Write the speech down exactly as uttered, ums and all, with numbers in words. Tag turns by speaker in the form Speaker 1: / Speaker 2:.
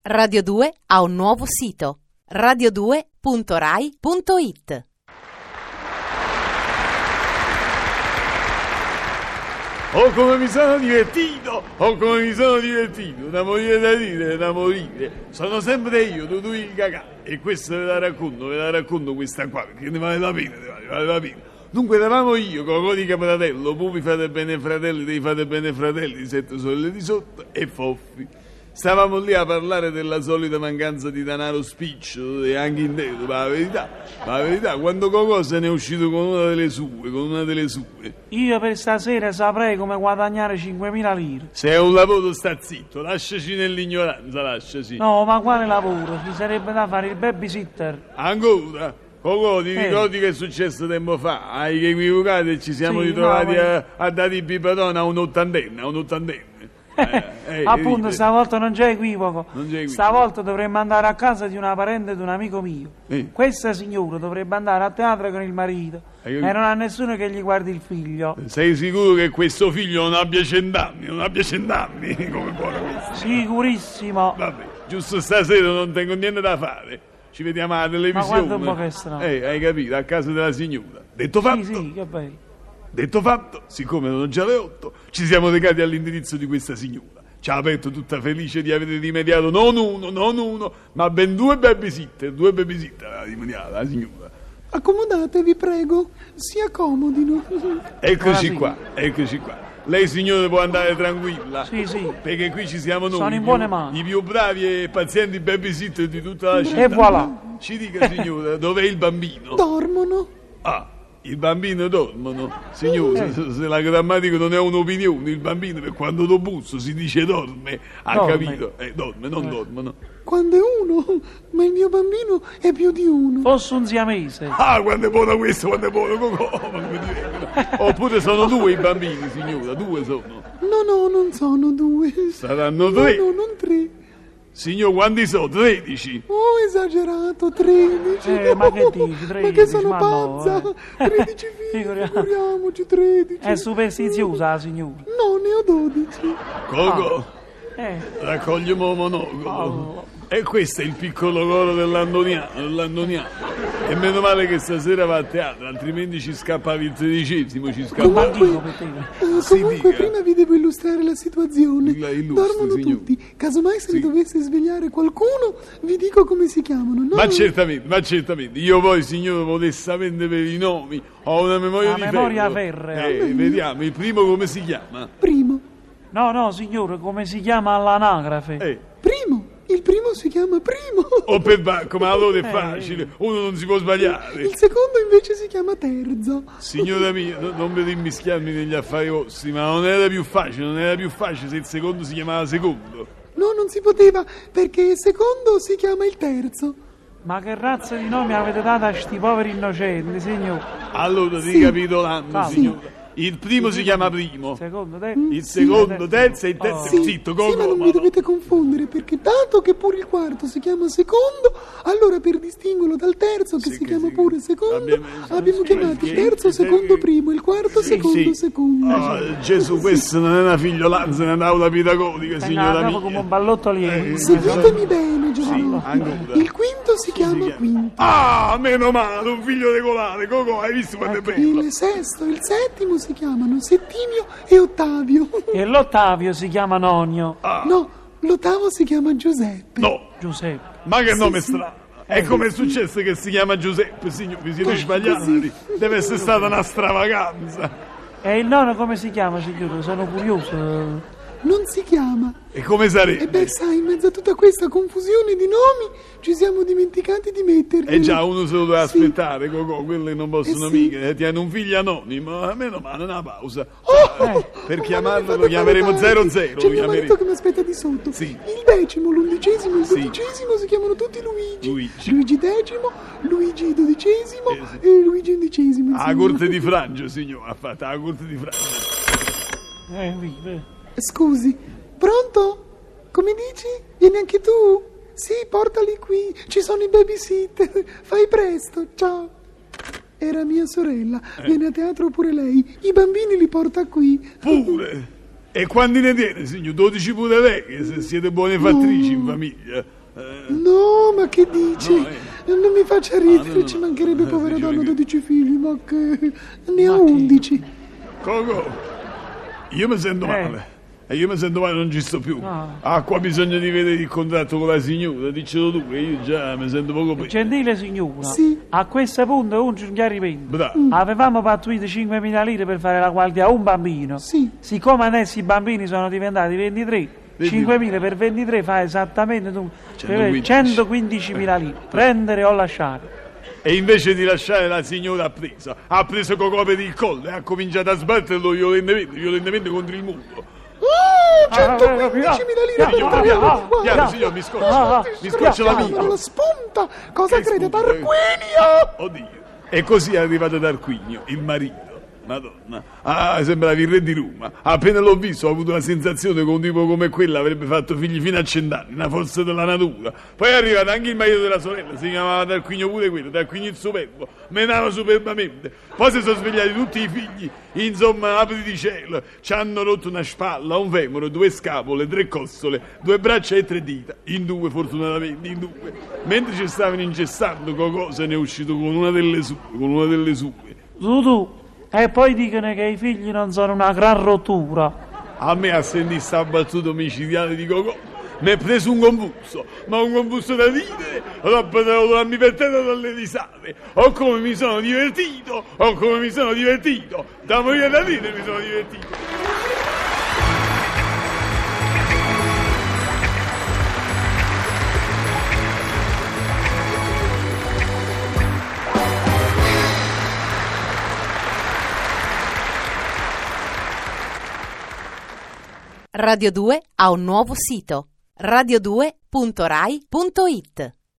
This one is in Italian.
Speaker 1: Radio due ha un nuovo sito, radio due punto rai punto it.
Speaker 2: Oh, come mi sono divertito! Oh, come mi sono divertito! Da morire da ridere, da morire. Sono sempre io, Dudu il cacà. E questa ve la racconto, ve la racconto questa qua, perché ne vale la pena, ne vale, vale la pena. Dunque eravamo io, Cocò di Capratello, Pupi fate bene fratelli, dei fate bene fratelli, sette sorelle di sotto e Foffi. Stavamo lì a parlare della solita mancanza di denaro spiccio e anche in debito, ma la verità, ma la verità, quando Cocò se ne è uscito con una delle sue, con una delle sue.
Speaker 3: Io per stasera saprei come guadagnare cinquemila lire.
Speaker 2: Se è un lavoro sta zitto, lasciaci nell'ignoranza, lasciaci.
Speaker 3: No, ma quale lavoro? Ci sarebbe da fare il babysitter.
Speaker 2: Ancora? Cocò, ti
Speaker 3: Eh.
Speaker 2: ricordi che è successo tempo fa? Hai equivocato e ci siamo
Speaker 3: Sì,
Speaker 2: ritrovati
Speaker 3: no, ma-
Speaker 2: a, a dare i biberoni a un ottantenne, a un ottantenne. Eh, eh,
Speaker 3: Appunto,
Speaker 2: dite.
Speaker 3: stavolta non c'è equivoco.
Speaker 2: Non c'è equivoco.
Speaker 3: Stavolta dovremmo andare a casa di una parente di un amico mio.
Speaker 2: Eh.
Speaker 3: Questa signora dovrebbe andare a teatro con il marito
Speaker 2: Hai
Speaker 3: e
Speaker 2: capito?
Speaker 3: non ha nessuno che gli guardi il figlio.
Speaker 2: Sei sicuro che questo figlio non abbia cent'anni? Non abbia cent'anni? Come buona questa?
Speaker 3: Sicurissimo.
Speaker 2: Vabbè, giusto stasera non tengo niente da fare. Ci vediamo alla televisione.
Speaker 3: guarda un po' che strano.
Speaker 2: Eh, hai capito, a casa della signora. Detto fatto,
Speaker 3: Sì, sì, che bello.
Speaker 2: detto fatto, siccome sono già le otto, ci siamo recati all'indirizzo di questa signora. Ci ha aperto tutta felice di avere rimediato non uno, non uno, ma ben due babysitter, due babysitter la rimediata, la signora.
Speaker 4: Accomodatevi, prego, si accomodino.
Speaker 2: Eccoci
Speaker 3: Buonasera.
Speaker 2: qua, eccoci qua. Lei signore può andare tranquilla.
Speaker 3: Sì, sì.
Speaker 2: Perché qui ci siamo noi,
Speaker 3: Sono
Speaker 2: i
Speaker 3: in
Speaker 2: più-
Speaker 3: buone mani.
Speaker 2: i più bravi e pazienti babysitter di tutta la città.
Speaker 3: E voilà.
Speaker 2: Ci dica signora, dov'è il bambino?
Speaker 4: Dormono.
Speaker 2: Ah, il bambino dormono. Signora,
Speaker 3: Eh.
Speaker 2: se, se la grammatica non è un'opinione, il bambino per quando lo busso si dice dorme. Ha
Speaker 3: Dorme.
Speaker 2: capito? Eh, dorme, non
Speaker 3: Eh.
Speaker 2: dormono.
Speaker 4: Quando è uno, ma il mio bambino è più di uno.
Speaker 3: Fosse un siamese.
Speaker 2: Ah, quando è buono questo, quando è buono Cocò, ma come dire. Oppure sono due i bambini, signora, due sono.
Speaker 4: No, no, non sono due.
Speaker 2: Saranno
Speaker 4: No,
Speaker 2: tre.
Speaker 4: no, non tre.
Speaker 2: Signor, quanti sono? Tredici.
Speaker 4: Oh, esagerato, tredici.
Speaker 3: Eh, ma che dici,
Speaker 4: Ma
Speaker 3: tredici,
Speaker 4: che sono
Speaker 3: ma no,
Speaker 4: pazza.
Speaker 3: eh.
Speaker 4: tredici figli,
Speaker 3: Figuriamo.
Speaker 4: figuriamoci, tredici.
Speaker 3: È superstiziosa la signora.
Speaker 4: No, ne ho dodici.
Speaker 2: Cocò,
Speaker 3: Eh,
Speaker 2: raccogliamo monocolo.
Speaker 3: Oh.
Speaker 2: E questo è il piccolo coro dell'Andoniano, dell'Andoniano. E meno male che stasera va a teatro, altrimenti ci scappava il tredicesimo, ci
Speaker 3: un
Speaker 2: scappava.
Speaker 3: bambino per te.
Speaker 4: Eh,
Speaker 2: Si
Speaker 4: comunque
Speaker 2: dica.
Speaker 4: prima vi devo illustrare la situazione.
Speaker 2: La illustri,
Speaker 4: Dormono
Speaker 2: signor.
Speaker 4: tutti. Casomai se
Speaker 2: Sì.
Speaker 4: ne dovesse svegliare qualcuno, vi dico come si chiamano. No?
Speaker 2: Ma certamente, ma certamente. Io poi, signore, modestamente per i nomi, ho una memoria
Speaker 3: La
Speaker 2: di
Speaker 3: memoria
Speaker 2: ferro.
Speaker 3: ferrea.
Speaker 2: Eh, vediamo, il primo come si chiama?
Speaker 4: Primo.
Speaker 3: No, no, signore, come si chiama all'anagrafe?
Speaker 2: Eh.
Speaker 4: Primo. Il primo si chiama Primo.
Speaker 2: O per banco, ma allora è
Speaker 3: Eh.
Speaker 2: facile, uno non si può sbagliare.
Speaker 4: Il secondo invece si chiama Terzo.
Speaker 2: Signora mia, no- non vi immischiarmi negli affari vostri, ma non era più facile, non era più facile se il secondo si chiamava secondo.
Speaker 4: No, non si poteva, perché il secondo si chiama il terzo.
Speaker 3: Ma che razza di nome avete dato a sti poveri innocenti, signore?
Speaker 2: Allora,
Speaker 4: Sì.
Speaker 2: ricapitolando,
Speaker 3: Ah, sì.
Speaker 2: signora. Il primo si chiama primo,
Speaker 3: Secondo te?
Speaker 2: il secondo, terzo e il terzo.
Speaker 3: Oh.
Speaker 4: Sì,
Speaker 2: Zitto,
Speaker 4: sì,
Speaker 2: Cocò,
Speaker 4: ma non
Speaker 2: ma
Speaker 4: vi
Speaker 2: no.
Speaker 4: dovete confondere, perché dato che pure il quarto si chiama secondo, allora per distinguerlo dal terzo, che
Speaker 2: Sì,
Speaker 4: si
Speaker 2: che
Speaker 4: chiama
Speaker 2: sì.
Speaker 4: pure secondo,
Speaker 2: Abbiamo-
Speaker 4: abbiamo
Speaker 2: sì,
Speaker 4: chiamato
Speaker 2: sì,
Speaker 4: il terzo
Speaker 2: sì,
Speaker 4: secondo
Speaker 2: sì.
Speaker 4: primo, il quarto
Speaker 2: Sì,
Speaker 4: secondo
Speaker 2: sì.
Speaker 4: secondo.
Speaker 2: Oh, Gesù, questa non è una figliolanza, è un'aula pedagogica,
Speaker 3: È
Speaker 2: signora
Speaker 3: nato
Speaker 2: mia.
Speaker 3: come un ballotto lieve.
Speaker 2: Eh,
Speaker 4: Seguitemi bene, Giovanni.
Speaker 2: ancora.
Speaker 4: Il quinto si chiama
Speaker 2: chiama-
Speaker 4: quinto.
Speaker 2: Ah, meno male, un figlio regolare, Cocò, hai visto quanto è bello?
Speaker 4: Il sesto e il settimo si chiamano Settimio e Ottavio.
Speaker 3: E l'ottavio si chiama Nonio.
Speaker 2: Ah,
Speaker 4: No, l'ottavo si chiama Giuseppe.
Speaker 2: no,
Speaker 3: Giuseppe.
Speaker 2: ma che nome
Speaker 4: sì.
Speaker 2: strano. E come è successo che si chiama Giuseppe, signore? Vi siete sbagliati? Deve essere stata una stravaganza.
Speaker 3: E il nonno come si chiama, signore? Sono curioso.
Speaker 4: Non si chiama.
Speaker 2: E come
Speaker 4: E
Speaker 2: sarebbe?
Speaker 4: beh, sai, in mezzo a tutta questa confusione di nomi ci siamo dimenticati di metterli.
Speaker 2: E già uno se lo deve
Speaker 4: Sì.
Speaker 2: aspettare, Cocò, quelli non possono
Speaker 4: Eh sì.
Speaker 2: mica. eh, Tiene un figlio anonimo, a meno male, una pausa.
Speaker 4: Oh,
Speaker 3: Eh,
Speaker 2: Per
Speaker 4: ma
Speaker 2: chiamarlo
Speaker 4: non mi
Speaker 2: lo
Speaker 4: fate
Speaker 2: chiameremo
Speaker 4: fare
Speaker 2: zero
Speaker 4: tardi.
Speaker 2: zero.
Speaker 4: C'è
Speaker 2: lo
Speaker 4: mio marito
Speaker 2: chiameremo.
Speaker 4: che mi aspetta di sotto.
Speaker 2: Sì.
Speaker 4: Il decimo, l'undicesimo, il
Speaker 2: Sì.
Speaker 4: dodicesimo si chiamano tutti Luigi.
Speaker 2: Luigi.
Speaker 4: Luigi decimo, Luigi dodicesimo
Speaker 2: Eh, sì.
Speaker 4: e Luigi undicesimo.
Speaker 2: A
Speaker 4: insomma.
Speaker 2: corte di Francia, signore, ha fatto la corte di Francia.
Speaker 3: eh, vive.
Speaker 4: Scusi, pronto? Come dici? Vieni anche tu? Sì, portali qui, ci sono i babysitter. Fai presto, ciao. Era mia sorella,
Speaker 2: Eh.
Speaker 4: viene a teatro pure lei. I bambini li porta qui.
Speaker 2: Pure. E quanti ne tiene, signor? dodici pure lei, se siete buone fattrici in famiglia. Eh.
Speaker 4: No, ma che dici?
Speaker 2: No, eh.
Speaker 4: Non mi faccia ridere,
Speaker 2: Ah, no, no,
Speaker 4: ci
Speaker 2: no.
Speaker 4: mancherebbe,
Speaker 2: Eh,
Speaker 4: povera
Speaker 2: figlio,
Speaker 4: donna,
Speaker 2: che-
Speaker 4: dodici figli, ma che... ne ha
Speaker 3: Ma che-
Speaker 4: undici.
Speaker 2: Coco, io mi sento
Speaker 3: Eh.
Speaker 2: male. E io mi sento male, non ci sto più.
Speaker 3: No.
Speaker 2: Ah, qua bisogna di vedere il contratto con la signora, diccelo tu, che io già mi sento poco bene.
Speaker 3: Gentile signora,
Speaker 4: Sì.
Speaker 3: a questo punto un chiarimento.
Speaker 2: Bravo.
Speaker 3: Avevamo pattuito cinquemila lire per fare la guardia a un bambino.
Speaker 4: Sì.
Speaker 3: Siccome adesso i bambini sono diventati ventitré, cinquemila per ventitré fa esattamente tu-
Speaker 2: centoquindici.
Speaker 3: centoquindicimila lire. Prendere o lasciare.
Speaker 2: E invece di lasciare la signora ha preso, ha preso Cocò per il collo e ha cominciato a sbatterlo violentemente, violentemente contro il muro.
Speaker 4: Oh, centoquindicimila lire per
Speaker 2: Piano,
Speaker 4: fare
Speaker 2: piano,
Speaker 4: la guardia.
Speaker 2: piano, signor, mi scoccia,
Speaker 3: Ah, ah,
Speaker 2: mi scoccia la
Speaker 4: Scrocciamo
Speaker 2: vita.
Speaker 4: la spunta. Cosa
Speaker 2: Che
Speaker 4: crede,
Speaker 2: spunta, eh?
Speaker 4: Tarquinio?
Speaker 2: Oddio. E così è arrivato Tarquinio, il marito. Madonna. Ah, sembrava il re di Roma. Appena l'ho visto ho avuto la sensazione che un tipo come quello avrebbe fatto figli fino a cent'anni, una forza della natura. Poi è arrivato anche il marito della sorella, si chiamava Tarquinio pure quello, Tarquinio il superbo, menava superbamente. Poi si sono svegliati tutti i figli, insomma, apri di cielo. Ci hanno rotto una spalla, un femore, due scapole, tre costole, due braccia e tre dita. In due, fortunatamente, in due. Mentre ci stavano incessando, Cocò se ne è uscito con una delle sue, con una delle sue.
Speaker 3: Tu, tu. E poi dicono che i figli non sono una gran rottura.
Speaker 2: A me a sentire sta battuta omicidiale di Cocò mi è preso un convulso, ma un convulso da ridere, roba da rotolarmi per terra dalle risate. O come mi sono divertito, o come mi sono divertito, da morire da ridere mi sono divertito.
Speaker 1: Radio due ha un nuovo sito radio due punto rai punto it.